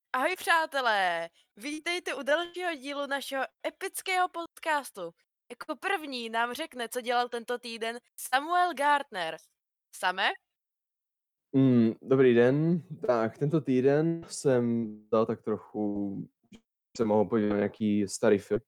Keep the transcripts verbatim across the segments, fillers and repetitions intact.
Ahoj přátelé, vítejte u dalšího dílu našeho epického podcastu. Jako první nám řekne, co dělal tento týden Samuel Gardner. Same? Mm, dobrý den. Tak, tento týden jsem dal tak trochu, jsem mohl podívat na nějaký starý film.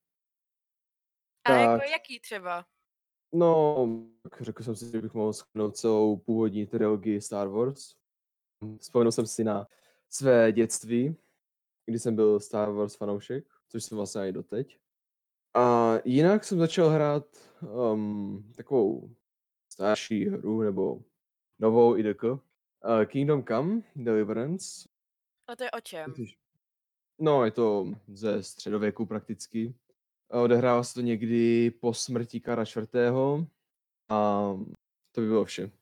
A jako Tak, jaký třeba? no, tak řekl jsem si, že bych mohl shrnout celou původní trilogii Star Wars. Vzpomenul jsem si na své dětství, kdy jsem byl Star Wars fanoušek, což jsem vlastně i doteď. A jinak jsem začal hrát um, takovou starší hru, nebo novou I D K. Uh, Kingdom Come Deliverance. A to je o čem? No, je to ze středověku prakticky. Odehrává se to někdy po smrti Karla čtvrtého. A to by bylo vše.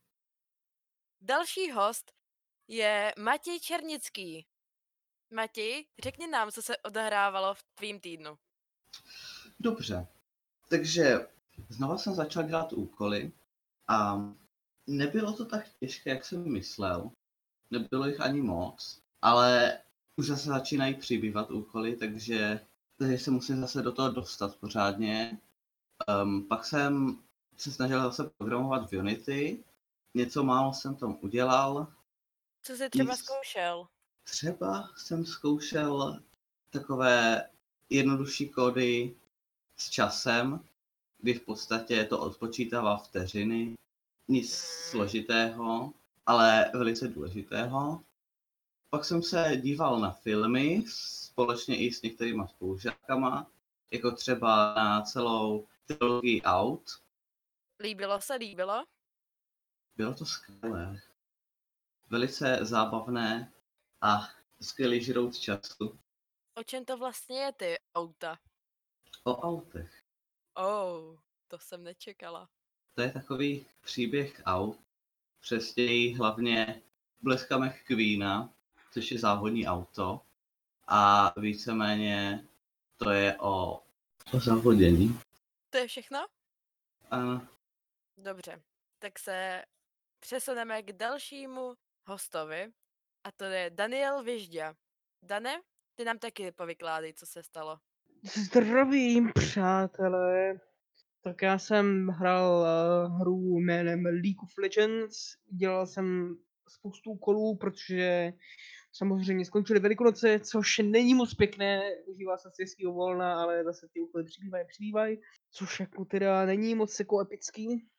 Další host je Matěj Černický. Matěj, řekni nám, co se odehrávalo v tvým týdnu. Dobře, takže znova jsem začal dělat úkoly a nebylo to tak těžké, jak jsem myslel. Nebylo jich ani moc, ale už zase začínají přibývat úkoly, takže, takže se musím zase do toho dostat pořádně. Um, pak jsem se snažil zase programovat v Unity, něco málo jsem tam udělal. Co jsi třeba Nic. zkoušel? Třeba jsem zkoušel takové jednodušší kódy s časem, kdy v podstatě to odpočítává vteřiny. Nic složitého, ale velice důležitého. Pak jsem se díval na filmy společně i s některýma spolužákama, jako třeba na celou trilogii Out. Líbilo se, líbilo? Bylo to skvělé. Velice zábavné a skvělý žrout času. O čem to vlastně je ty auta? O autech. Oh, to jsem nečekala. To je takový příběh aut, přesněji hlavně bleskamech Queena, což je závodní auto. A víceméně to je o, o závodění. To je všechno? Ano. Dobře, tak se přesuneme k dalšímu hostovi a to je Daniel Vižďa. Dane, ty nám taky povykládej, co se stalo. Zdravím, přátelé. Tak já jsem hrál uh, hru jménem League of Legends. Dělal jsem spoustu úkolů, protože samozřejmě skončily Velikonoce, což není moc pěkné. Užívá se světského volna, ale zase ty úkoly přibývají, přibývají. Což jako teda není moc jako epický.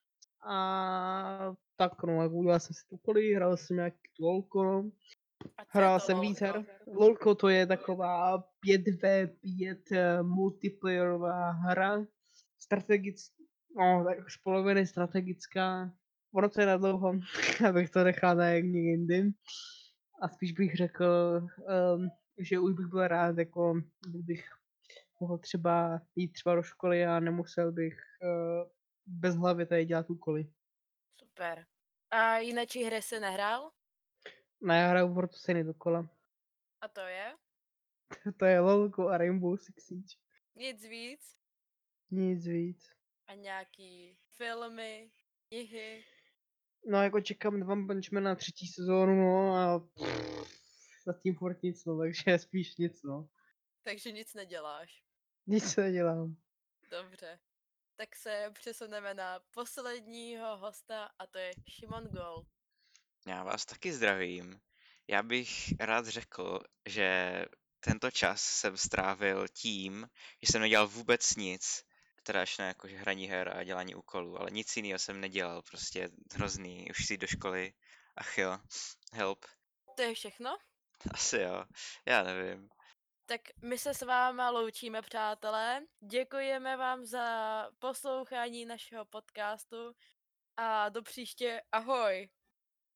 A tak no, jak udělal jsem si ty úkoly, hrál jsem nějaký lolko, no. A co je Hrál to jsem lolko? víc her. Lolko to je taková pět vé pět uh, multiplayerová hra. Strategická, no tak už poloviny strategická. Ono to je na dlouho, abych to nechal na jak někdy jindy. A spíš bych řekl, um, že už bych byl rád, jako kdybych mohl třeba jít třeba do školy a nemusel bych uh, bez hlavy tady dělat úkoly. Super. A jináčí hry jsi nehrál? Ne, já hraju proto stejný dokola. A to je? To je lolko a Rainbow Six Siege. Nic víc? Nic víc. A nějaký filmy, knihy? No jako čekám One Punch Man na třetí sezónu, no a pff, zatím furt nic, no, takže spíš nic, no. Takže nic neděláš. Nic nedělám. Dobře. Tak se přesuneme na posledního hosta a to je Šimon Gold. Já vás taky zdravím. Já bych rád řekl, že tento čas jsem strávil tím, že jsem nedělal vůbec nic, teda až na jakože hraní her a dělání úkolů, ale nic jiného jsem nedělal, prostě hrozný, už jsi do školy, ach jo, help, To je všechno? asi jo, já nevím. Tak my se s váma loučíme, přátelé. Děkujeme vám za poslouchání našeho podcastu a do příště. Ahoj!